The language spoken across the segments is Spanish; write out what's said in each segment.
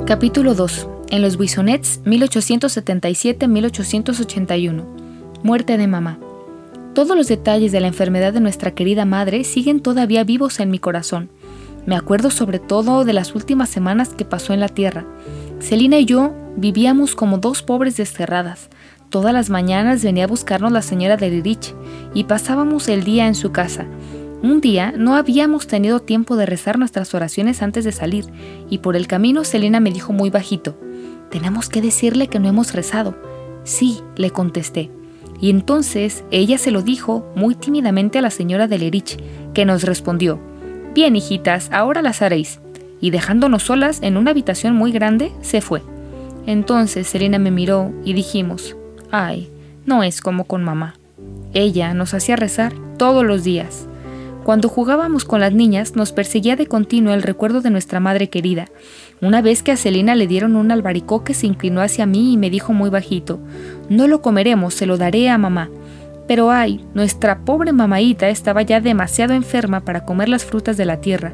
Capítulo 2. En los Buissonets, 1877-1881. Muerte de mamá. Todos los detalles de la enfermedad de nuestra querida madre siguen todavía vivos en mi corazón. Me acuerdo sobre todo de las últimas semanas que pasó en la tierra. Celina y yo vivíamos como dos pobres desterradas. Todas las mañanas venía a buscarnos la señora de Lirich y pasábamos el día en su casa. Un día no habíamos tenido tiempo de rezar nuestras oraciones antes de salir y por el camino Celina me dijo muy bajito: «Tenemos que decirle que no hemos rezado». «Sí», le contesté. Y entonces ella se lo dijo muy tímidamente a la señora de Lirich, que nos respondió: «Bien, hijitas, ahora las haréis». Y dejándonos solas en una habitación muy grande, se fue. Entonces Celina me miró y dijimos: «Ay, no es como con mamá». Ella nos hacía rezar todos los días. Cuando jugábamos con las niñas, nos perseguía de continuo el recuerdo de nuestra madre querida. Una vez que a Celina le dieron un albaricoque, se inclinó hacia mí y me dijo muy bajito: «No lo comeremos, se lo daré a mamá». Pero ay, nuestra pobre mamaíta estaba ya demasiado enferma para comer las frutas de la tierra.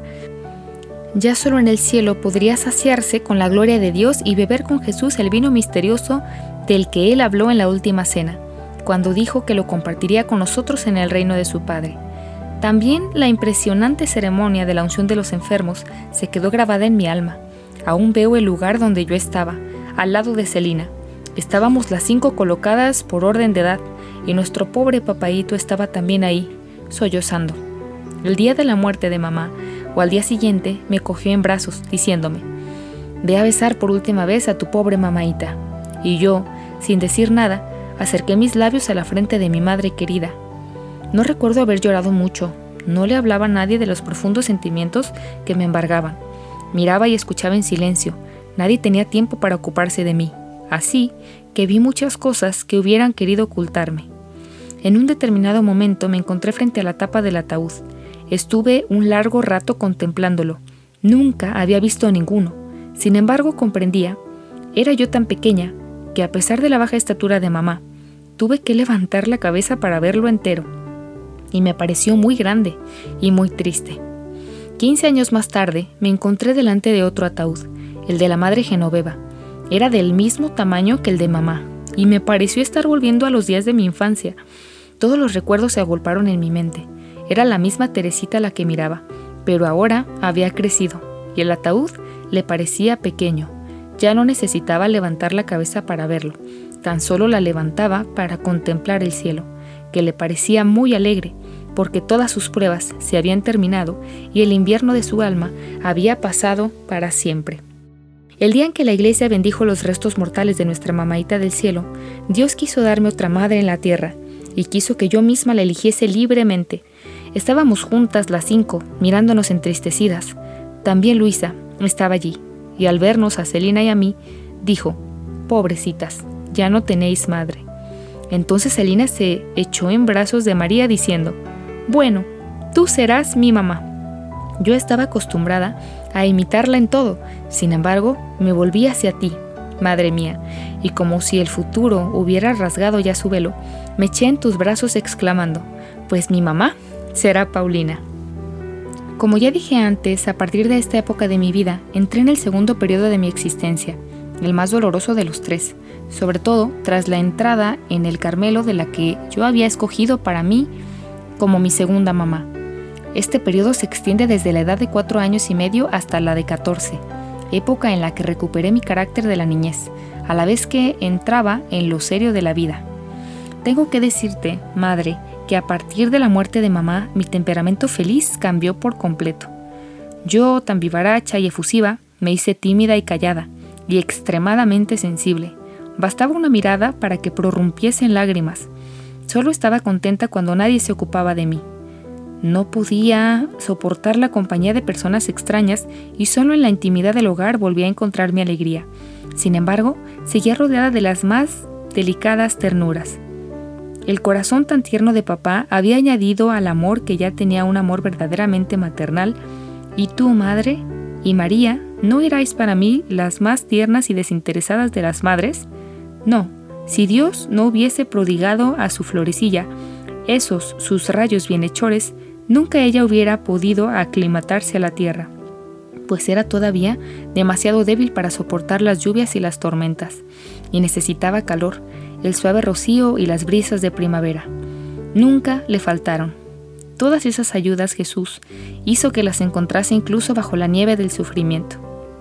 Ya solo en el cielo podría saciarse con la gloria de Dios y beber con Jesús el vino misterioso del que Él habló en la última cena, cuando dijo que lo compartiría con nosotros en el reino de su Padre. También la impresionante ceremonia de la unción de los enfermos se quedó grabada en mi alma. Aún veo el lugar donde yo estaba, al lado de Celina. Estábamos las 5 colocadas por orden de edad, y nuestro pobre papaíto estaba también ahí, sollozando. El día de la muerte de mamá, o al día siguiente, me cogió en brazos, diciéndome: «Ve a besar por última vez a tu pobre mamaíta». Y yo, sin decir nada, acerqué mis labios a la frente de mi madre querida. No recuerdo haber llorado mucho, no le hablaba a nadie de los profundos sentimientos que me embargaban. Miraba y escuchaba en silencio, nadie tenía tiempo para ocuparse de mí, así que vi muchas cosas que hubieran querido ocultarme. En un determinado momento me encontré frente a la tapa del ataúd. Estuve un largo rato contemplándolo. Nunca había visto ninguno. Sin embargo, comprendía, era yo tan pequeña, que a pesar de la baja estatura de mamá, tuve que levantar la cabeza para verlo entero. Y me pareció muy grande y muy triste. 15 años más tarde me encontré delante de otro ataúd, el de la madre Genoveva. Era del mismo tamaño que el de mamá, y me pareció estar volviendo a los días de mi infancia. Todos los recuerdos se agolparon en mi mente. Era la misma Teresita la que miraba, pero ahora había crecido, y el ataúd le parecía pequeño. Ya no necesitaba levantar la cabeza para verlo, tan solo la levantaba para contemplar el cielo, que le parecía muy alegre, porque todas sus pruebas se habían terminado y el invierno de su alma había pasado para siempre. El día en que la iglesia bendijo los restos mortales de nuestra mamaíta del cielo, Dios quiso darme otra madre en la tierra, y quiso que yo misma la eligiese libremente. Estábamos juntas las 5, mirándonos entristecidas. También Luisa estaba allí, y al vernos a Celina y a mí, dijo: «Pobrecitas, ya no tenéis madre». Entonces Celina se echó en brazos de María diciendo: «Bueno, tú serás mi mamá». Yo estaba acostumbrada a imitarla en todo, sin embargo, me volví hacia ti, madre mía, y como si el futuro hubiera rasgado ya su velo, me eché en tus brazos exclamando: «Pues mi mamá será Paulina». Como ya dije antes, a partir de esta época de mi vida, entré en el segundo periodo de mi existencia, el más doloroso de los 3, sobre todo tras la entrada en el Carmelo de la que yo había escogido para mí como mi segunda mamá. Este periodo se extiende desde la edad de 4 años y medio hasta la de 14, época en la que recuperé mi carácter de la niñez, a la vez que entraba en lo serio de la vida. Tengo que decirte, madre, que a partir de la muerte de mamá, mi temperamento feliz cambió por completo. Yo, tan vivaracha y efusiva, me hice tímida y callada, y extremadamente sensible. Bastaba una mirada para que prorrumpiese en lágrimas. Solo estaba contenta cuando nadie se ocupaba de mí. No podía soportar la compañía de personas extrañas y solo en la intimidad del hogar volví a encontrar mi alegría. Sin embargo, seguía rodeada de las más delicadas ternuras. El corazón tan tierno de papá había añadido al amor que ya tenía un amor verdaderamente maternal, y tú, madre, y María, ¿no erais para mí las más tiernas y desinteresadas de las madres? No, si Dios no hubiese prodigado a su florecilla esos sus rayos bienhechores, nunca ella hubiera podido aclimatarse a la tierra. pues era todavía demasiado débil para soportar las lluvias y las tormentas, y necesitaba calor, el suave rocío y las brisas de primavera. Nunca le faltaron. Todas esas ayudas Jesús hizo que las encontrase incluso bajo la nieve del sufrimiento.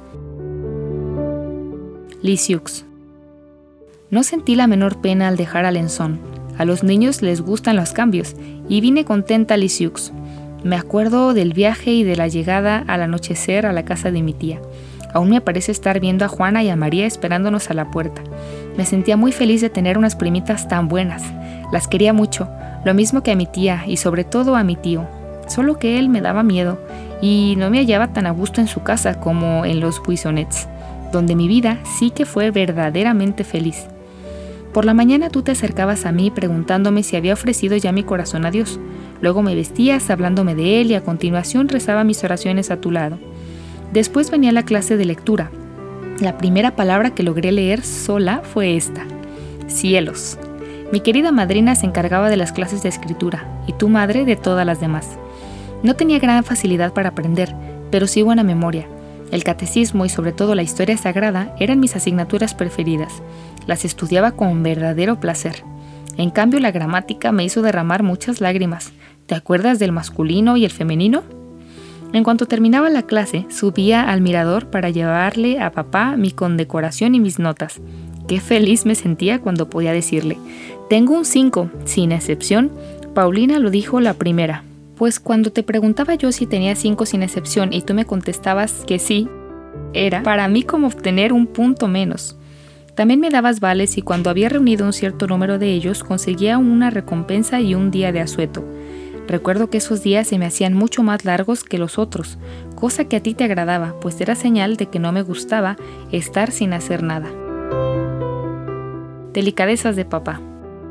Lisieux. No sentí la menor pena al dejar Alençon. A los niños les gustan los cambios, y vine contenta a Lisieux. Me acuerdo del viaje y de la llegada al anochecer a la casa de mi tía. Aún me parece estar viendo a Juana y a María esperándonos a la puerta. Me sentía muy feliz de tener unas primitas tan buenas. Las quería mucho, lo mismo que a mi tía y sobre todo a mi tío. Solo que él me daba miedo y no me hallaba tan a gusto en su casa como en los Buissonets, donde mi vida sí que fue verdaderamente feliz. Por la mañana tú te acercabas a mí preguntándome si había ofrecido ya mi corazón a Dios. Luego me vestías hablándome de Él y a continuación rezaba mis oraciones a tu lado. Después venía la clase de lectura. La primera palabra que logré leer sola fue esta: cielos. Mi querida madrina se encargaba de las clases de escritura y tu madre de todas las demás. No tenía gran facilidad para aprender, pero sí buena memoria. El catecismo y sobre todo la historia sagrada eran mis asignaturas preferidas. Las estudiaba con verdadero placer. En cambio, la gramática me hizo derramar muchas lágrimas. ¿Te acuerdas del masculino y el femenino? En cuanto terminaba la clase, subía al mirador para llevarle a papá mi condecoración y mis notas. Qué feliz me sentía cuando podía decirle: tengo un 5, sin excepción. Paulina lo dijo la primera. Pues cuando te preguntaba yo si tenía 5 sin excepción y tú me contestabas que sí, era para mí como obtener un punto menos. También me dabas vales y cuando había reunido un cierto número de ellos conseguía una recompensa y un día de asueto. Recuerdo que esos días se me hacían mucho más largos que los otros, cosa que a ti te agradaba, pues era señal de que no me gustaba estar sin hacer nada. Delicadezas de papá.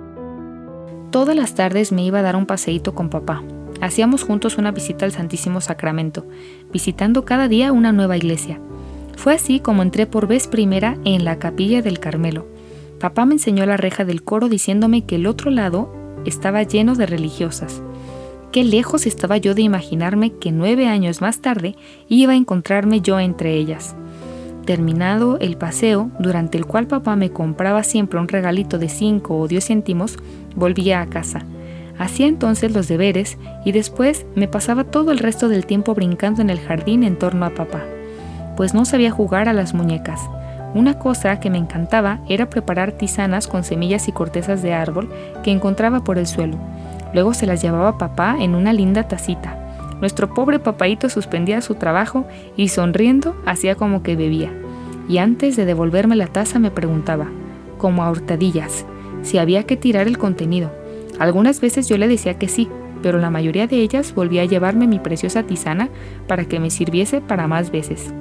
Todas las tardes me iba a dar un paseíto con papá. Hacíamos juntos una visita al Santísimo Sacramento, visitando cada día una nueva iglesia. Fue así como entré por vez primera en la capilla del Carmelo. Papá me enseñó la reja del coro diciéndome que el otro lado estaba lleno de religiosas. Qué lejos estaba yo de imaginarme que 9 años más tarde iba a encontrarme yo entre ellas. Terminado el paseo, durante el cual papá me compraba siempre un regalito de 5 o 10 céntimos, volvía a casa. Hacía entonces los deberes y después me pasaba todo el resto del tiempo brincando en el jardín en torno a papá, pues no sabía jugar a las muñecas. Una cosa que me encantaba era preparar tisanas con semillas y cortezas de árbol que encontraba por el suelo. Luego se las llevaba papá en una linda tacita. Nuestro pobre papaíto suspendía su trabajo y sonriendo hacía como que bebía. Y antes de devolverme la taza me preguntaba, como a hurtadillas, si había que tirar el contenido. Algunas veces yo le decía que sí, pero la mayoría de ellas volvía a llevarme mi preciosa tisana para que me sirviese para más veces.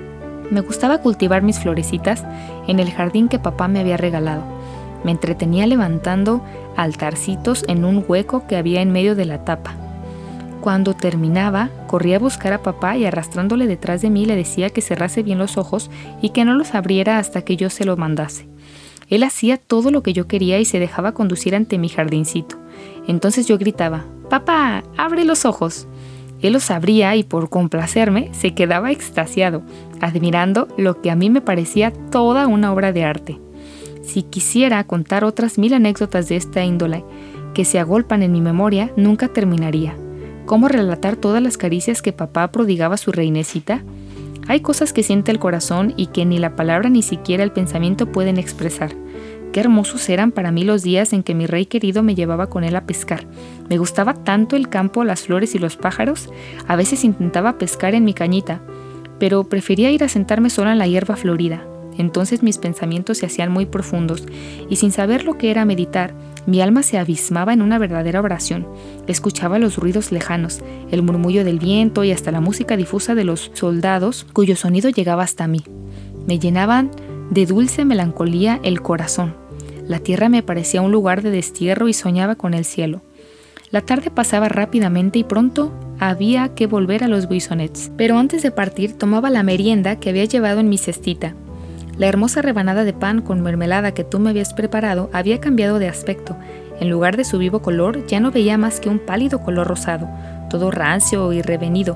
Me gustaba cultivar mis florecitas en el jardín que papá me había regalado. Me entretenía levantando altarcitos en un hueco que había en medio de la tapa. Cuando terminaba, corría a buscar a papá y arrastrándole detrás de mí le decía que cerrase bien los ojos y que no los abriera hasta que yo se lo mandase. Él hacía todo lo que yo quería y se dejaba conducir ante mi jardincito. Entonces yo gritaba: «¡Papá, abre los ojos!». Él los abría y por complacerme se quedaba extasiado, admirando lo que a mí me parecía toda una obra de arte. Si quisiera contar otras 1000 anécdotas de esta índole que se agolpan en mi memoria, nunca terminaría. ¿Cómo relatar todas las caricias que papá prodigaba a su reinecita? Hay cosas que siente el corazón y que ni la palabra ni siquiera el pensamiento pueden expresar. Qué hermosos eran para mí los días en que mi rey querido me llevaba con él a pescar. Me gustaba tanto el campo, las flores y los pájaros. A veces intentaba pescar en mi cañita, pero prefería ir a sentarme sola en la hierba florida. Entonces mis pensamientos se hacían muy profundos y sin saber lo que era meditar, mi alma se abismaba en una verdadera oración. Escuchaba los ruidos lejanos, el murmullo del viento y hasta la música difusa de los soldados cuyo sonido llegaba hasta mí. Me llenaban de dulce melancolía el corazón. La tierra me parecía un lugar de destierro y soñaba con el cielo. La tarde pasaba rápidamente y pronto había que volver a los Buissonets. Pero antes de partir tomaba la merienda que había llevado en mi cestita. La hermosa rebanada de pan con mermelada que tú me habías preparado había cambiado de aspecto. En lugar de su vivo color ya no veía más que un pálido color rosado, todo rancio y revenido.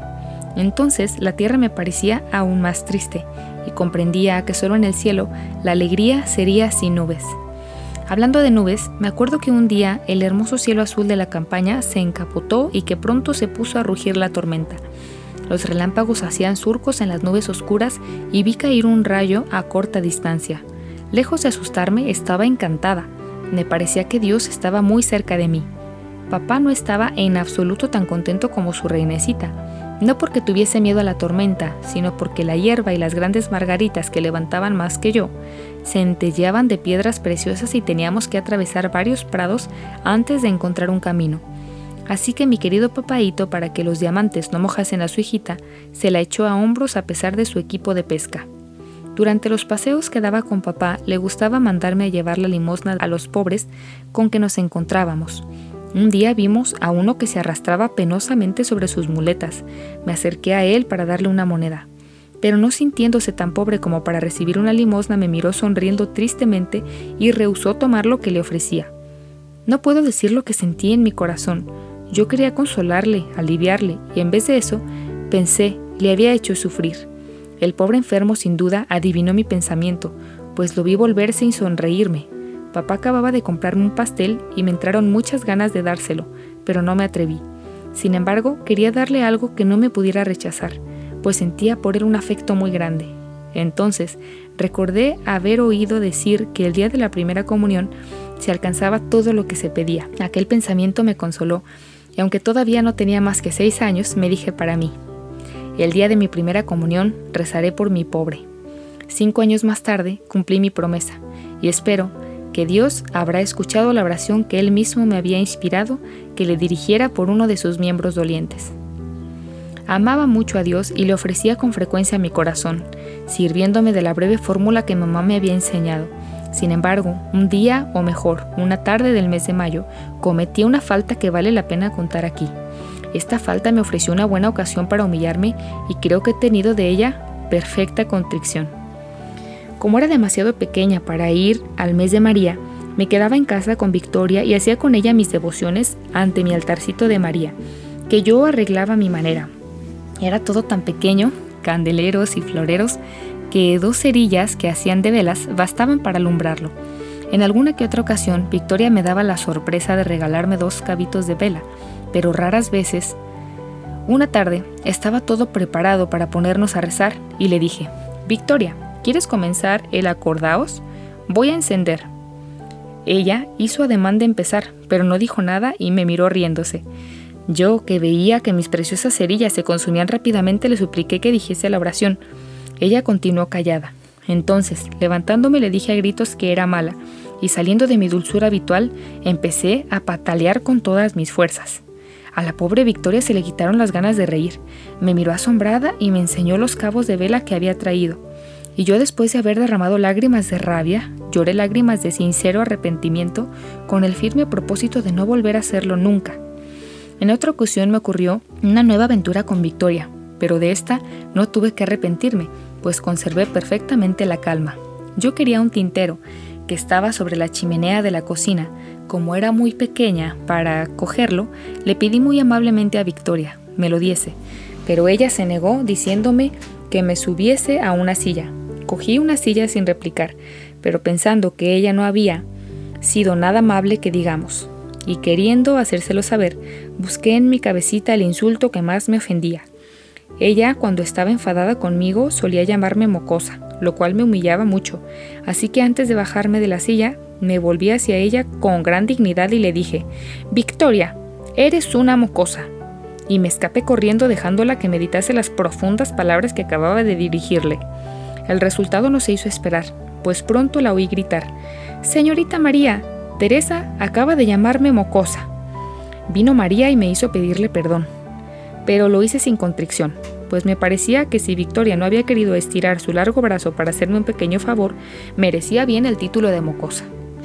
Entonces la tierra me parecía aún más triste y comprendía que solo en el cielo la alegría sería sin nubes. Hablando de nubes, me acuerdo que un día el hermoso cielo azul de la campaña se encapotó y que pronto se puso a rugir la tormenta. Los relámpagos hacían surcos en las nubes oscuras y vi caer un rayo a corta distancia. Lejos de asustarme, estaba encantada. Me parecía que Dios estaba muy cerca de mí. Papá no estaba en absoluto tan contento como su reinecita, no porque tuviese miedo a la tormenta, sino porque la hierba y las grandes margaritas que levantaban más que yo centelleaban de piedras preciosas y teníamos que atravesar varios prados antes de encontrar un camino. Así que mi querido papaíto, para que los diamantes no mojasen a su hijita, se la echó a hombros a pesar de su equipo de pesca. Durante los paseos que daba con papá, le gustaba mandarme a llevar la limosna a los pobres con que nos encontrábamos. Un día vimos a uno que se arrastraba penosamente sobre sus muletas. Me acerqué a él para darle una moneda, pero no sintiéndose tan pobre como para recibir una limosna, me miró sonriendo tristemente y rehusó tomar lo que le ofrecía. No puedo decir lo que sentí en mi corazón. Yo quería consolarle, aliviarle, y en vez de eso, pensé, le había hecho sufrir. El pobre enfermo sin duda adivinó mi pensamiento, pues lo vi volverse y sonreírme. Papá acababa de comprarme un pastel y me entraron muchas ganas de dárselo, pero no me atreví. Sin embargo, quería darle algo que no me pudiera rechazar, pues sentía por él un afecto muy grande. Entonces, recordé haber oído decir que el día de la primera comunión se alcanzaba todo lo que se pedía. Aquel pensamiento me consoló, y aunque todavía no tenía más que 6 años, me dije para mí: el día de mi primera comunión rezaré por mi pobre. 5 años más tarde cumplí mi promesa, y espero que Dios habrá escuchado la oración que Él mismo me había inspirado que le dirigiera por uno de sus miembros dolientes. Amaba mucho a Dios y le ofrecía con frecuencia mi corazón, sirviéndome de la breve fórmula que mamá me había enseñado. Sin embargo, un día, o mejor, una tarde del mes de mayo, cometí una falta que vale la pena contar aquí. Esta falta me ofreció una buena ocasión para humillarme y creo que he tenido de ella perfecta contrición. Como era demasiado pequeña para ir al mes de María, me quedaba en casa con Victoria y hacía con ella mis devociones ante mi altarcito de María, que yo arreglaba a mi manera. Era todo tan pequeño, candeleros y floreros, que 2 cerillas que hacían de velas bastaban para alumbrarlo. En alguna que otra ocasión, Victoria me daba la sorpresa de regalarme 2 cabitos de vela, pero raras veces. Una tarde estaba todo preparado para ponernos a rezar y le dije: Victoria, ¿quieres comenzar el acordaos? Voy a encender. Ella hizo ademán de empezar, pero no dijo nada y me miró riéndose. Yo, que veía que mis preciosas cerillas se consumían rápidamente, le supliqué que dijese la oración. Ella continuó callada. Entonces, levantándome, le dije a gritos que era mala, y saliendo de mi dulzura habitual, empecé a patalear con todas mis fuerzas. A la pobre Victoria se le quitaron las ganas de reír. Me miró asombrada y me enseñó los cabos de vela que había traído. Y yo, después de haber derramado lágrimas de rabia, lloré lágrimas de sincero arrepentimiento con el firme propósito de no volver a hacerlo nunca. En otra ocasión me ocurrió una nueva aventura con Victoria, pero de esta no tuve que arrepentirme, pues conservé perfectamente la calma. Yo quería un tintero que estaba sobre la chimenea de la cocina. Como era muy pequeña para cogerlo, le pedí muy amablemente a Victoria me lo diese, pero ella se negó diciéndome que me subiese a una silla. Cogí una silla sin replicar, pero pensando que ella no había sido nada amable que digamos, y queriendo hacérselo saber, busqué en mi cabecita el insulto que más me ofendía. Ella, cuando estaba enfadada conmigo, solía llamarme mocosa, lo cual me humillaba mucho, así que antes de bajarme de la silla, me volví hacia ella con gran dignidad y le dije: Victoria, eres una mocosa. Y me escapé corriendo dejándola que meditase las profundas palabras que acababa de dirigirle. El resultado no se hizo esperar, pues pronto la oí gritar: Señorita María, Teresa acaba de llamarme mocosa. Vino María y me hizo pedirle perdón, pero lo hice sin contrición, pues me parecía que si Victoria no había querido estirar su largo brazo para hacerme un pequeño favor, merecía bien el título de mocosa.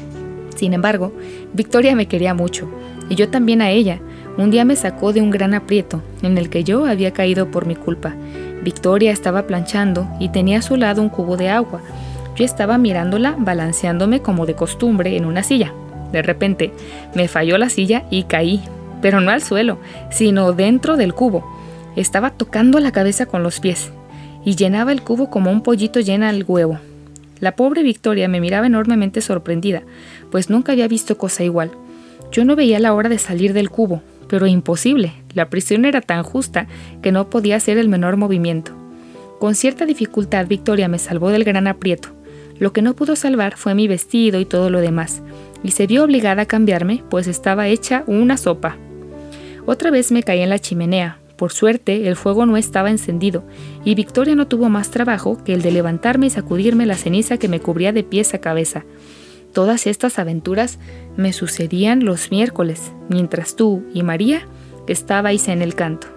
Sin embargo, Victoria me quería mucho, y yo también a ella. Un día me sacó de un gran aprieto, en el que yo había caído por mi culpa. Victoria estaba planchando y tenía a su lado un cubo de agua. Yo estaba mirándola, balanceándome como de costumbre en una silla. De repente, me falló la silla y caí, pero no al suelo, sino dentro del cubo. Estaba tocando la cabeza con los pies y llenaba el cubo como un pollito llena el huevo. La pobre Victoria me miraba enormemente sorprendida, pues nunca había visto cosa igual. Yo no veía la hora de salir del cubo, pero imposible. La prisión era tan justa que no podía hacer el menor movimiento. Con cierta dificultad Victoria me salvó del gran aprieto. Lo que no pudo salvar fue mi vestido y todo lo demás, y se vio obligada a cambiarme, pues estaba hecha una sopa. Otra vez me caí en la chimenea. Por suerte, el fuego no estaba encendido, y Victoria no tuvo más trabajo que el de levantarme y sacudirme la ceniza que me cubría de pies a cabeza. Todas estas aventuras me sucedían los miércoles, mientras tú y María estabais en el canto.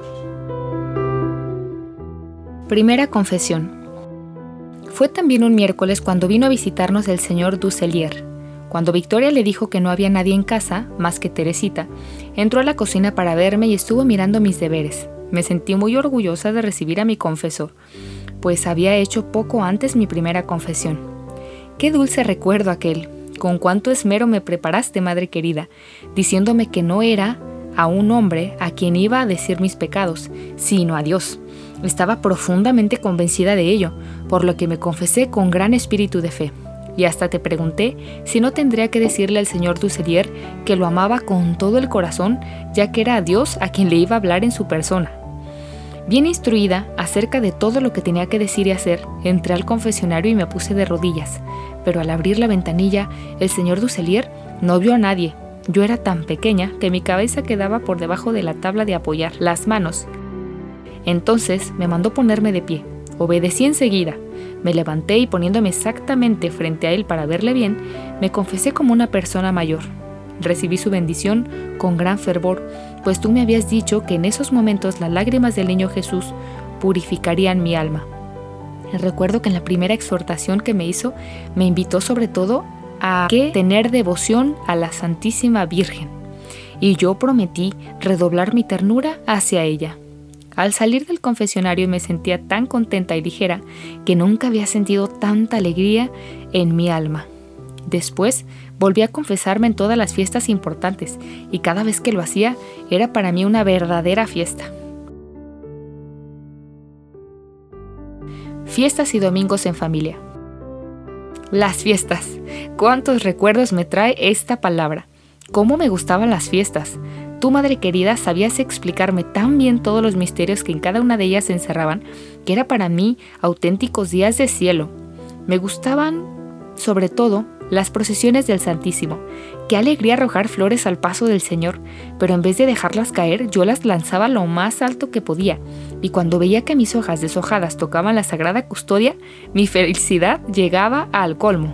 Primera confesión. Fue también un miércoles cuando vino a visitarnos el señor Dusselier. Cuando Victoria le dijo que no había nadie en casa, más que Teresita, entró a la cocina para verme y estuvo mirando mis deberes. Me sentí muy orgullosa de recibir a mi confesor, pues había hecho poco antes mi primera confesión. Qué dulce recuerdo aquel. Con cuánto esmero me preparaste, madre querida, diciéndome que no era a un hombre a quien iba a decir mis pecados, sino a Dios. Estaba profundamente convencida de ello, por lo que me confesé con gran espíritu de fe. Y hasta te pregunté si no tendría que decirle al señor Dusselier que lo amaba con todo el corazón, ya que era a Dios a quien le iba a hablar en su persona. Bien instruida acerca de todo lo que tenía que decir y hacer, entré al confesionario y me puse de rodillas, pero al abrir la ventanilla, el señor Dusselier no vio a nadie. Yo era tan pequeña que mi cabeza quedaba por debajo de la tabla de apoyar las manos. Entonces me mandó ponerme de pie. Obedecí enseguida. Me levanté y poniéndome exactamente frente a él para verle bien, me confesé como una persona mayor. Recibí su bendición con gran fervor, pues tú me habías dicho que en esos momentos las lágrimas del niño Jesús purificarían mi alma. Recuerdo que en la primera exhortación que me hizo, me invitó sobre todo a tener devoción a la Santísima Virgen, y yo prometí redoblar mi ternura hacia ella. Al salir del confesionario me sentía tan contenta y ligera que nunca había sentido tanta alegría en mi alma. Después volví a confesarme en todas las fiestas importantes y cada vez que lo hacía era para mí una verdadera fiesta. Fiestas y domingos en familia. Las fiestas. ¿Cuántos recuerdos me trae esta palabra? ¿Cómo me gustaban las fiestas? Tú, madre querida, sabías explicarme tan bien todos los misterios que en cada una de ellas se encerraban, que era para mí auténticos días de cielo. Me gustaban, sobre todo, las procesiones del Santísimo. Qué alegría arrojar flores al paso del Señor, pero en vez de dejarlas caer, yo las lanzaba lo más alto que podía, y cuando veía que mis hojas deshojadas tocaban la Sagrada Custodia, mi felicidad llegaba al colmo.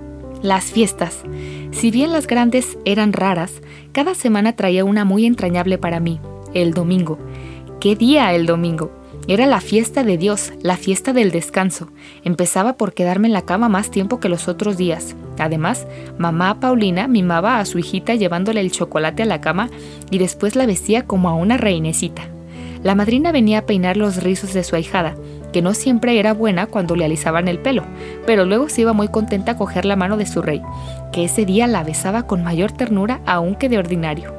Las fiestas. Si bien las grandes eran raras, cada semana traía una muy entrañable para mí, el domingo. ¿Qué día el domingo? Era la fiesta de Dios, la fiesta del descanso. Empezaba por quedarme en la cama más tiempo que los otros días. Además, mamá Paulina mimaba a su hijita llevándole el chocolate a la cama y después la vestía como a una reinecita. La madrina venía a peinar los rizos de su ahijada, que no siempre era buena cuando le alisaban el pelo, pero luego se iba muy contenta a coger la mano de su rey, que ese día la besaba con mayor ternura aún que de ordinario.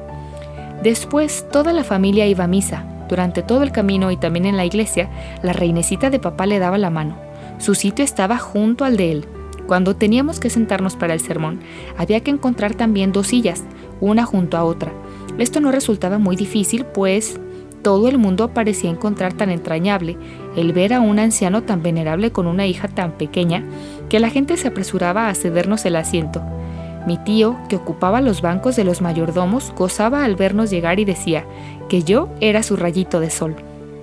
Después, toda la familia iba a misa. Durante todo el camino y también en la iglesia, la reinecita de papá le daba la mano. Su sitio estaba junto al de él. Cuando teníamos que sentarnos para el sermón, había que encontrar también 2 sillas, una junto a otra. Esto no resultaba muy difícil, pues todo el mundo parecía encontrar tan entrañable el ver a un anciano tan venerable con una hija tan pequeña que la gente se apresuraba a cedernos el asiento. Mi tío, que ocupaba los bancos de los mayordomos, gozaba al vernos llegar y decía que yo era su rayito de sol.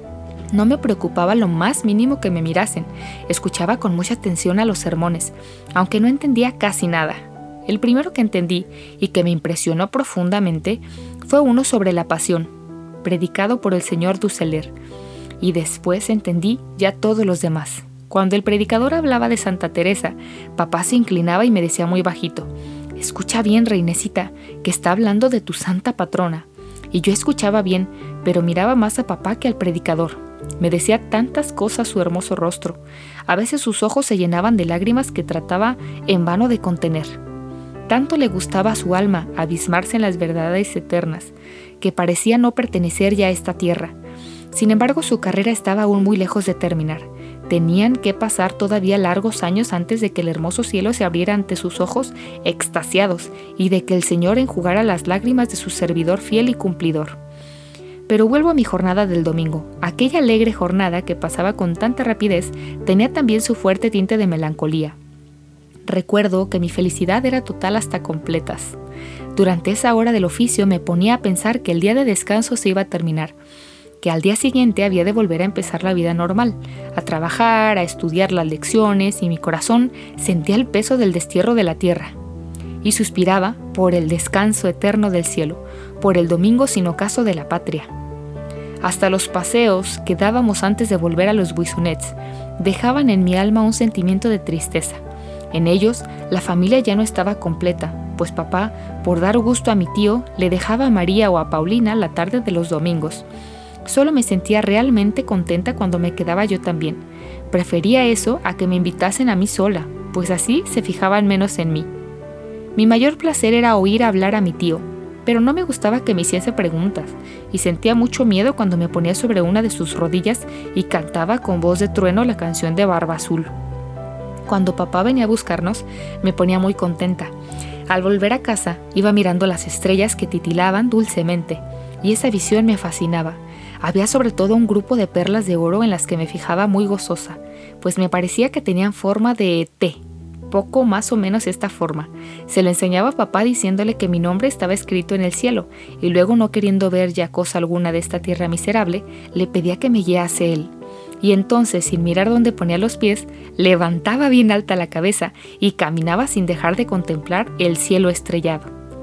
No me preocupaba lo más mínimo que me mirasen. Escuchaba con mucha atención a los sermones, aunque no entendía casi nada. El primero que entendí y que me impresionó profundamente fue uno sobre la pasión, predicado por el señor Dusselier, y después entendí ya todos los demás. Cuando el predicador hablaba de Santa Teresa, papá se inclinaba y me decía muy bajito: «Escucha bien, reinecita, que está hablando de tu santa patrona». Y yo escuchaba bien, pero miraba más a papá que al predicador. Me decía tantas cosas su hermoso rostro. A veces sus ojos se llenaban de lágrimas que trataba en vano de contener. Tanto le gustaba a su alma abismarse en las verdades eternas, que parecía no pertenecer ya a esta tierra. Sin embargo, su carrera estaba aún muy lejos de terminar. Tenían que pasar todavía largos años antes de que el hermoso cielo se abriera ante sus ojos extasiados y de que el Señor enjugara las lágrimas de su servidor fiel y cumplidor. Pero vuelvo a mi jornada del domingo. Aquella alegre jornada que pasaba con tanta rapidez tenía también su fuerte tinte de melancolía. Recuerdo que mi felicidad era total hasta completas. Durante esa hora del oficio me ponía a pensar que el día de descanso se iba a terminar, que al día siguiente había de volver a empezar la vida normal, a trabajar, a estudiar las lecciones, y mi corazón sentía el peso del destierro de la tierra. Y suspiraba por el descanso eterno del cielo, por el domingo sin ocaso de la patria. Hasta los paseos que dábamos antes de volver a los Buissonets dejaban en mi alma un sentimiento de tristeza. En ellos, la familia ya no estaba completa, pues papá, por dar gusto a mi tío, le dejaba a María o a Paulina la tarde de los domingos. Solo me sentía realmente contenta cuando me quedaba yo también. Prefería eso a que me invitasen a mí sola, pues así se fijaban menos en mí. Mi mayor placer era oír hablar a mi tío, pero no me gustaba que me hiciese preguntas, y sentía mucho miedo cuando me ponía sobre una de sus rodillas y cantaba con voz de trueno la canción de Barba Azul. Cuando papá venía a buscarnos, me ponía muy contenta. Al volver a casa, iba mirando las estrellas que titilaban dulcemente, y esa visión me fascinaba. Había sobre todo un grupo de perlas de oro en las que me fijaba muy gozosa, pues me parecía que tenían forma de T, poco más o menos esta forma. Se lo enseñaba a papá diciéndole que mi nombre estaba escrito en el cielo, y luego, no queriendo ver ya cosa alguna de esta tierra miserable, le pedía que me guiase él. Y entonces, sin mirar dónde ponía los pies, levantaba bien alta la cabeza y caminaba sin dejar de contemplar el cielo estrellado.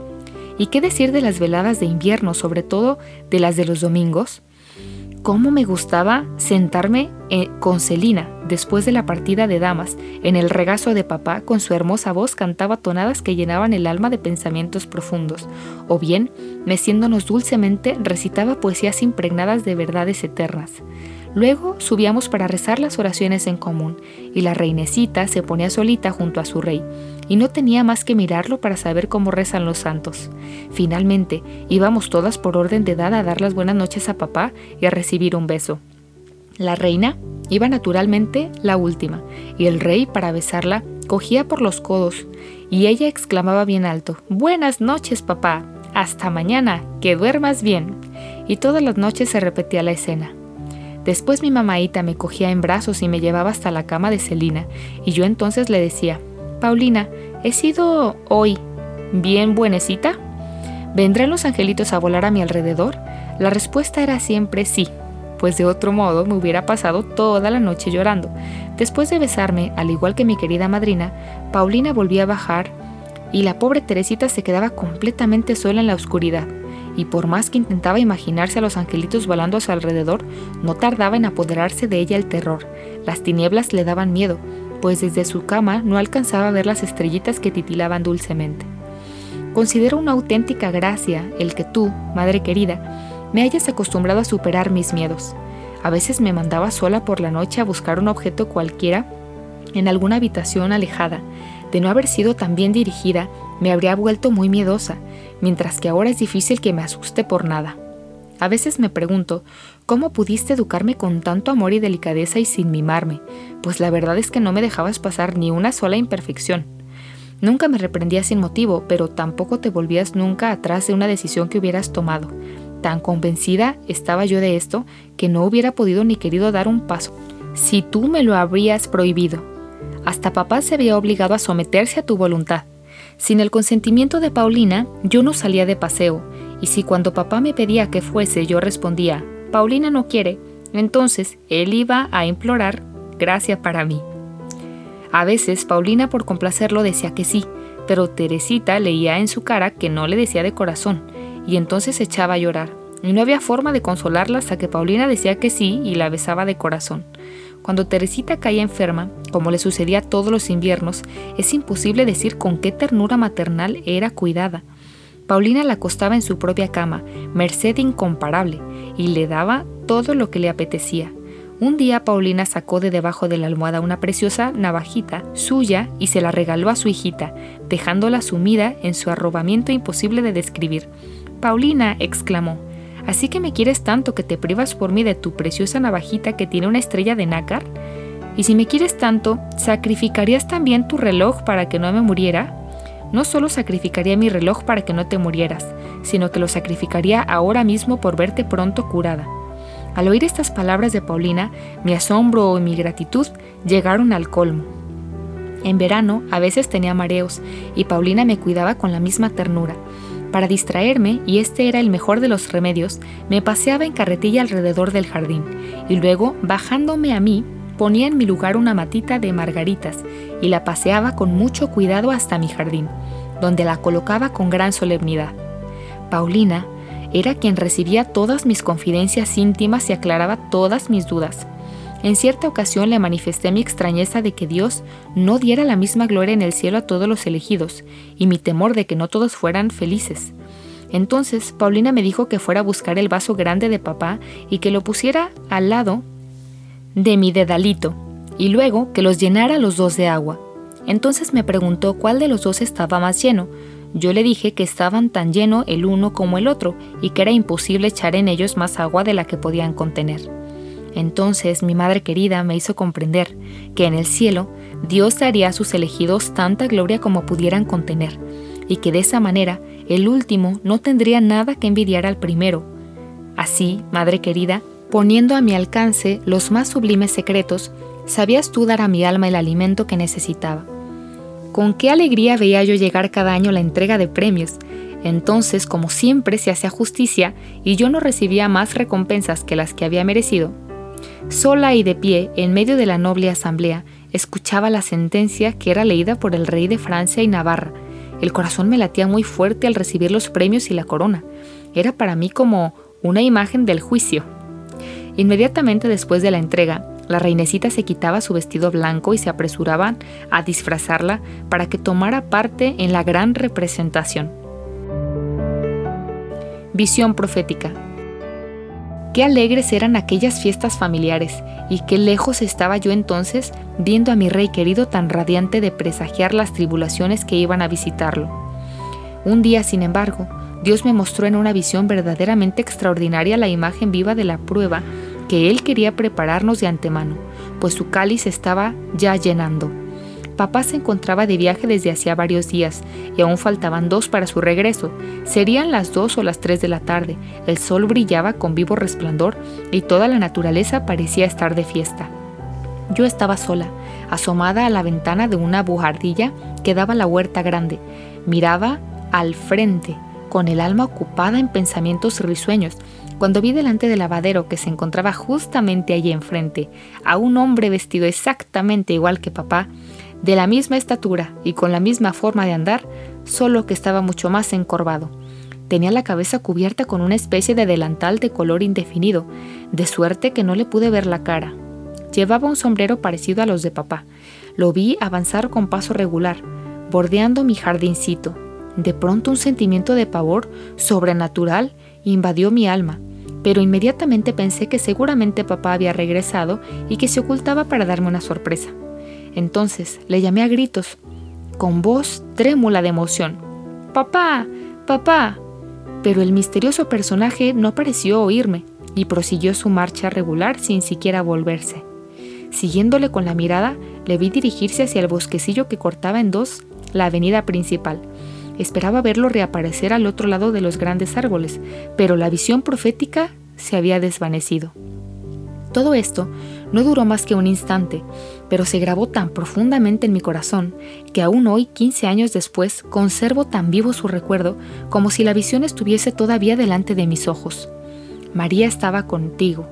¿Y qué decir de las veladas de invierno, sobre todo de las de los domingos? Cómo me gustaba sentarme con Celina, después de la partida de damas, en el regazo de papá. Con su hermosa voz cantaba tonadas que llenaban el alma de pensamientos profundos, o bien, meciéndonos dulcemente, recitaba poesías impregnadas de verdades eternas. Luego subíamos para rezar las oraciones en común, y la reinecita se ponía solita junto a su rey, y no tenía más que mirarlo para saber cómo rezan los santos. Finalmente, íbamos todas por orden de edad a dar las buenas noches a papá y a recibir un beso. La reina iba naturalmente la última, y el rey, para besarla, cogía por los codos, y ella exclamaba bien alto: «Buenas noches, papá, hasta mañana, que duermas bien». Y todas las noches se repetía la escena. Después mi mamaíta me cogía en brazos y me llevaba hasta la cama de Celina, y yo entonces le decía: «Paulina, ¿he sido hoy bien buenecita? ¿Vendrán los angelitos a volar a mi alrededor?». La respuesta era siempre sí, pues de otro modo me hubiera pasado toda la noche llorando. Después de besarme, al igual que mi querida madrina, Paulina volvía a bajar y la pobre Teresita se quedaba completamente sola en la oscuridad. Y por más que intentaba imaginarse a los angelitos volando a su alrededor, no tardaba en apoderarse de ella el terror. Las tinieblas le daban miedo, pues desde su cama no alcanzaba a ver las estrellitas que titilaban dulcemente. Considero una auténtica gracia el que tú, madre querida, me hayas acostumbrado a superar mis miedos. A veces me mandaba sola por la noche a buscar un objeto cualquiera en alguna habitación alejada. De no haber sido tan bien dirigida, me habría vuelto muy miedosa, mientras que ahora es difícil que me asuste por nada. A veces me pregunto, ¿cómo pudiste educarme con tanto amor y delicadeza y sin mimarme? Pues la verdad es que no me dejabas pasar ni una sola imperfección. Nunca me reprendías sin motivo, pero tampoco te volvías nunca atrás de una decisión que hubieras tomado. Tan convencida estaba yo de esto que no hubiera podido ni querido dar un paso si tú me lo habrías prohibido. Hasta papá se veía obligado a someterse a tu voluntad. Sin el consentimiento de Paulina, yo no salía de paseo, y si cuando papá me pedía que fuese yo respondía: «Paulina no quiere», entonces él iba a implorar gracia para mí. A veces Paulina, por complacerlo, decía que sí, pero Teresita leía en su cara que no le decía de corazón, y entonces se echaba a llorar, y no había forma de consolarla hasta que Paulina decía que sí y la besaba de corazón. Cuando Teresita caía enferma, como le sucedía todos los inviernos, es imposible decir con qué ternura maternal era cuidada. Paulina la acostaba en su propia cama, merced incomparable, y le daba todo lo que le apetecía. Un día Paulina sacó de debajo de la almohada una preciosa navajita suya y se la regaló a su hijita, dejándola sumida en su arrobamiento imposible de describir. «Paulina», exclamó, ¿Así que me quieres tanto que te privas por mí de tu preciosa navajita que tiene una estrella de nácar? Y si me quieres tanto, ¿sacrificarías también tu reloj para que no me muriera? No solo sacrificaría mi reloj para que no te murieras, sino que lo sacrificaría ahora mismo por verte pronto curada. Al oír estas palabras de Paulina, mi asombro y mi gratitud llegaron al colmo. En verano a veces tenía mareos y Paulina me cuidaba con la misma ternura. Para distraerme, y este era el mejor de los remedios, me paseaba en carretilla alrededor del jardín y luego, bajándome a mí, ponía en mi lugar una matita de margaritas y la paseaba con mucho cuidado hasta mi jardín, donde la colocaba con gran solemnidad. Paulina era quien recibía todas mis confidencias íntimas y aclaraba todas mis dudas. En cierta ocasión le manifesté mi extrañeza de que Dios no diera la misma gloria en el cielo a todos los elegidos, y mi temor de que no todos fueran felices. Entonces Paulina me dijo que fuera a buscar el vaso grande de papá y que lo pusiera al lado de mi dedalito, y luego que los llenara los dos de agua. Entonces me preguntó cuál de los dos estaba más lleno. Yo le dije que estaban tan lleno el uno como el otro, y que era imposible echar en ellos más agua de la que podían contener. Entonces mi madre querida me hizo comprender que en el cielo Dios daría a sus elegidos tanta gloria como pudieran contener, y que de esa manera el último no tendría nada que envidiar al primero. Así, madre querida, poniendo a mi alcance los más sublimes secretos, sabías tú dar a mi alma el alimento que necesitaba. Con qué alegría veía yo llegar cada año la entrega de premios. Entonces, como siempre, se hacía justicia y yo no recibía más recompensas que las que había merecido. Sola y de pie, en medio de la noble asamblea, escuchaba la sentencia que era leída por el rey de Francia y Navarra. El corazón me latía muy fuerte al recibir los premios y la corona. Era para mí como una imagen del juicio. Inmediatamente después de la entrega, la reinecita se quitaba su vestido blanco y se apresuraban a disfrazarla para que tomara parte en la gran representación. Visión profética. Qué alegres eran aquellas fiestas familiares, y qué lejos estaba yo entonces viendo a mi rey querido tan radiante de presagiar las tribulaciones que iban a visitarlo. Un día, sin embargo, Dios me mostró en una visión verdaderamente extraordinaria la imagen viva de la prueba que Él quería prepararnos de antemano, pues su cáliz estaba ya llenando. Papá se encontraba de viaje desde hacía varios días y aún faltaban 2 para su regreso. Serían las 2 o las 3 de la tarde. El sol brillaba con vivo resplandor y toda la naturaleza parecía estar de fiesta. Yo estaba sola, asomada a la ventana de una buhardilla que daba a la huerta grande. Miraba al frente, con el alma ocupada en pensamientos risueños, cuando vi delante del lavadero, que se encontraba justamente allí enfrente, a un hombre vestido exactamente igual que papá, de la misma estatura y con la misma forma de andar, solo que estaba mucho más encorvado. Tenía la cabeza cubierta con una especie de delantal de color indefinido, de suerte que no le pude ver la cara. Llevaba un sombrero parecido a los de papá. Lo vi avanzar con paso regular, bordeando mi jardincito. De pronto un sentimiento de pavor sobrenatural invadió mi alma, pero inmediatamente pensé que seguramente papá había regresado y que se ocultaba para darme una sorpresa. Entonces le llamé a gritos, con voz trémula de emoción. ¡Papá! ¡Papá! Pero el misterioso personaje no pareció oírme y prosiguió su marcha regular sin siquiera volverse. Siguiéndole con la mirada, le vi dirigirse hacia el bosquecillo que cortaba en 2 la avenida principal. Esperaba verlo reaparecer al otro lado de los grandes árboles, pero la visión profética se había desvanecido. Todo esto no duró más que un instante, pero se grabó tan profundamente en mi corazón que aún hoy, 15 años después, conservo tan vivo su recuerdo como si la visión estuviese todavía delante de mis ojos. María estaba contigo.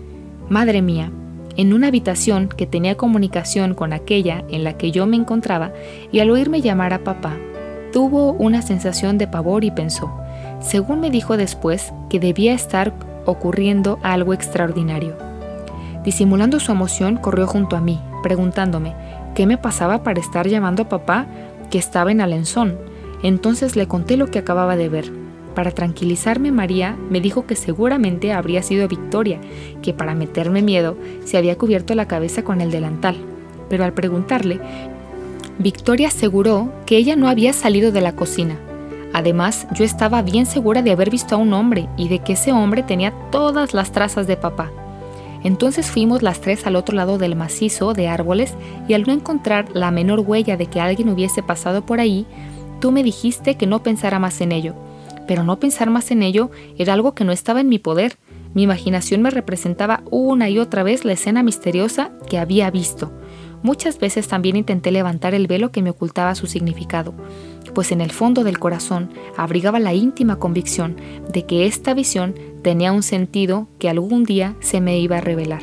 Madre mía, en una habitación que tenía comunicación con aquella en la que yo me encontraba, y al oírme llamar a papá, tuvo una sensación de pavor y pensó, según me dijo después, que debía estar ocurriendo algo extraordinario. Disimulando su emoción, corrió junto a mí, preguntándome qué me pasaba para estar llamando a papá, que estaba en Alençon. Entonces le conté lo que acababa de ver. Para tranquilizarme, María me dijo que seguramente habría sido Victoria, que para meterme miedo se había cubierto la cabeza con el delantal. Pero al preguntarle, Victoria aseguró que ella no había salido de la cocina. Además, yo estaba bien segura de haber visto a un hombre y de que ese hombre tenía todas las trazas de papá. Entonces fuimos las tres al otro lado del macizo de árboles y al no encontrar la menor huella de que alguien hubiese pasado por ahí, tú me dijiste que no pensara más en ello. Pero no pensar más en ello era algo que no estaba en mi poder. Mi imaginación me representaba una y otra vez la escena misteriosa que había visto. Muchas veces también intenté levantar el velo que me ocultaba su significado, pues en el fondo del corazón abrigaba la íntima convicción de que esta visión tenía un sentido que algún día se me iba a revelar.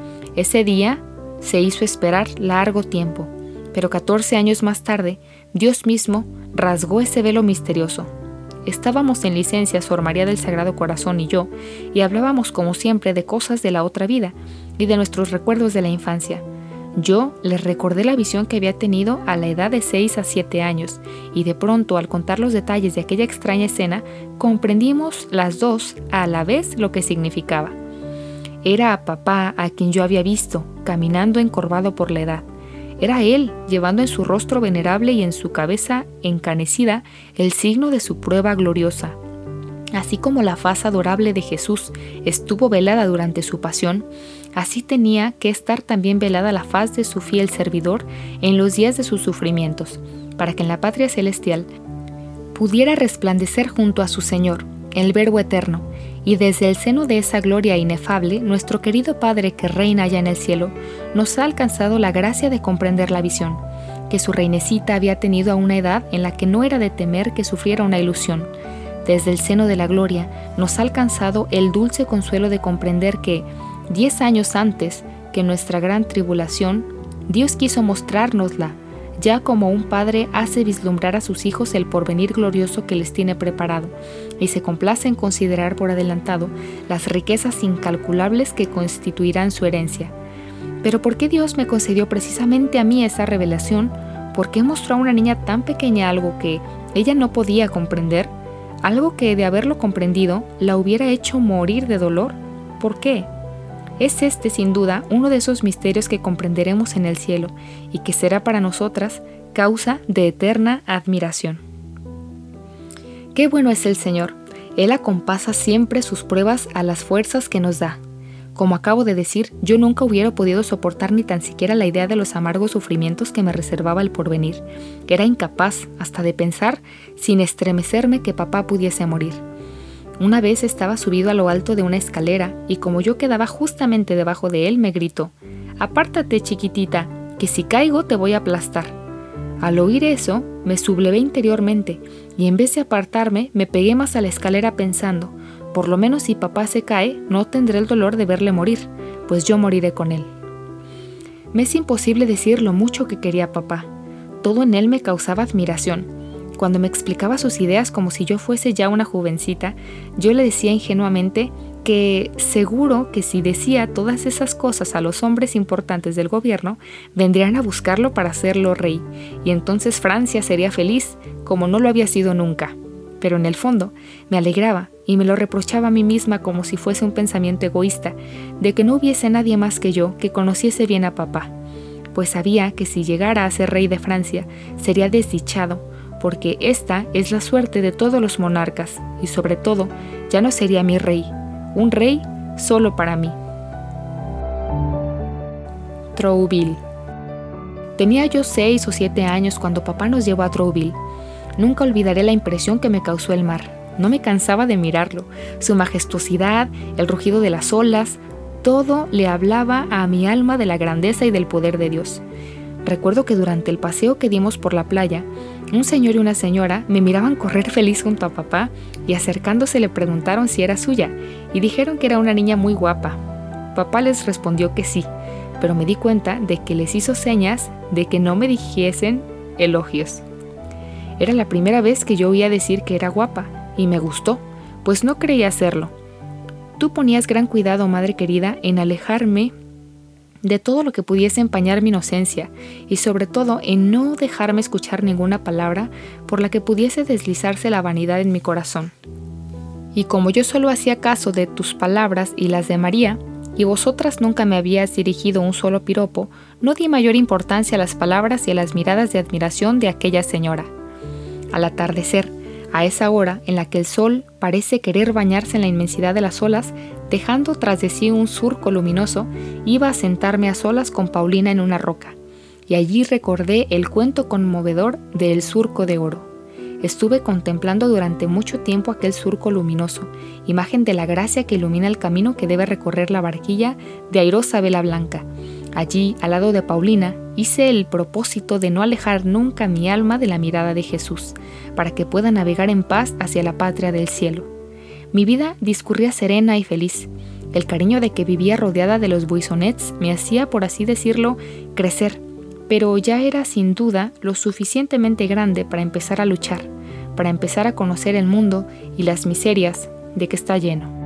Ese día se hizo esperar largo tiempo, pero 14 años más tarde, Dios mismo rasgó ese velo misterioso. Estábamos en licencia Sor María del Sagrado Corazón y yo, y hablábamos como siempre de cosas de la otra vida y de nuestros recuerdos de la infancia. Yo les recordé la visión que había tenido a la edad de 6 a 7 años, y de pronto, al contar los detalles de aquella extraña escena, comprendimos las dos a la vez lo que significaba. Era a papá a quien yo había visto, caminando encorvado por la edad. Era él, llevando en su rostro venerable y en su cabeza encanecida el signo de su prueba gloriosa. Así como la faz adorable de Jesús estuvo velada durante su pasión, así tenía que estar también velada la faz de su fiel servidor en los días de sus sufrimientos, para que en la patria celestial pudiera resplandecer junto a su Señor, el Verbo eterno, y desde el seno de esa gloria inefable, nuestro querido Padre que reina allá en el cielo, nos ha alcanzado la gracia de comprender la visión, que su reinecita había tenido a una edad en la que no era de temer que sufriera una ilusión. Desde el seno de la gloria nos ha alcanzado el dulce consuelo de comprender que, 10 años antes que nuestra gran tribulación, Dios quiso mostrárnosla, ya como un padre hace vislumbrar a sus hijos el porvenir glorioso que les tiene preparado, y se complace en considerar por adelantado las riquezas incalculables que constituirán su herencia. Pero ¿por qué Dios me concedió precisamente a mí esa revelación? ¿Por qué mostró a una niña tan pequeña algo que ella no podía comprender? Algo que, de haberlo comprendido, la hubiera hecho morir de dolor. ¿Por qué? Es este, sin duda, uno de esos misterios que comprenderemos en el cielo y que será para nosotras causa de eterna admiración. Qué bueno es el Señor. Él acompasa siempre sus pruebas a las fuerzas que nos da. Como acabo de decir, yo nunca hubiera podido soportar ni tan siquiera la idea de los amargos sufrimientos que me reservaba el porvenir. Era incapaz hasta de pensar, sin estremecerme, que papá pudiese morir. Una vez estaba subido a lo alto de una escalera y como yo quedaba justamente debajo de él, me gritó: «Apártate, chiquitita, que si caigo te voy a aplastar». Al oír eso, me sublevé interiormente y en vez de apartarme, me pegué más a la escalera pensando: por lo menos si papá se cae, no tendré el dolor de verle morir, pues yo moriré con él. Me es imposible decir lo mucho que quería a papá. Todo en él me causaba admiración. Cuando me explicaba sus ideas como si yo fuese ya una jovencita, yo le decía ingenuamente que seguro que si decía todas esas cosas a los hombres importantes del gobierno, vendrían a buscarlo para hacerlo rey, y entonces Francia sería feliz, como no lo había sido nunca. Pero en el fondo me alegraba y me lo reprochaba a mí misma como si fuese un pensamiento egoísta, de que no hubiese nadie más que yo que conociese bien a papá, pues sabía que si llegara a ser rey de Francia sería desdichado, porque esta es la suerte de todos los monarcas, y sobre todo ya no sería mi rey, un rey solo para mí. Trouville. Tenía yo 6 o 7 años cuando papá nos llevó a Trouville. Nunca olvidaré la impresión que me causó el mar. No me cansaba de mirarlo. Su majestuosidad, el rugido de las olas, todo le hablaba a mi alma de la grandeza y del poder de Dios. Recuerdo que durante el paseo que dimos por la playa, un señor y una señora me miraban correr feliz junto a papá y acercándose le preguntaron si era suya y dijeron que era una niña muy guapa. Papá les respondió que sí, pero me di cuenta de que les hizo señas de que no me dijesen elogios. Era la primera vez que yo oía decir que era guapa y me gustó, pues no creía hacerlo. Tú ponías gran cuidado, madre querida, en alejarme de todo lo que pudiese empañar mi inocencia y sobre todo en no dejarme escuchar ninguna palabra por la que pudiese deslizarse la vanidad en mi corazón. Y como yo solo hacía caso de tus palabras y las de María, y vosotras nunca me habías dirigido un solo piropo, no di mayor importancia a las palabras y a las miradas de admiración de aquella señora. Al atardecer, A esa hora en la que el sol parece querer bañarse en la inmensidad de las olas, dejando tras de sí un surco luminoso, iba a sentarme a solas con Paulina en una roca, y allí recordé el cuento conmovedor del surco de oro. Estuve contemplando durante mucho tiempo aquel surco luminoso, imagen de la gracia que ilumina el camino que debe recorrer la barquilla de airosa vela blanca. Allí, al lado de Paulina, hice el propósito de no alejar nunca mi alma de la mirada de Jesús, para que pueda navegar en paz hacia la patria del cielo. Mi vida discurría serena y feliz. El cariño de que vivía rodeada de los buissonets me hacía, por así decirlo, crecer, pero ya era sin duda lo suficientemente grande para empezar a luchar, para empezar a conocer el mundo y las miserias de que está lleno.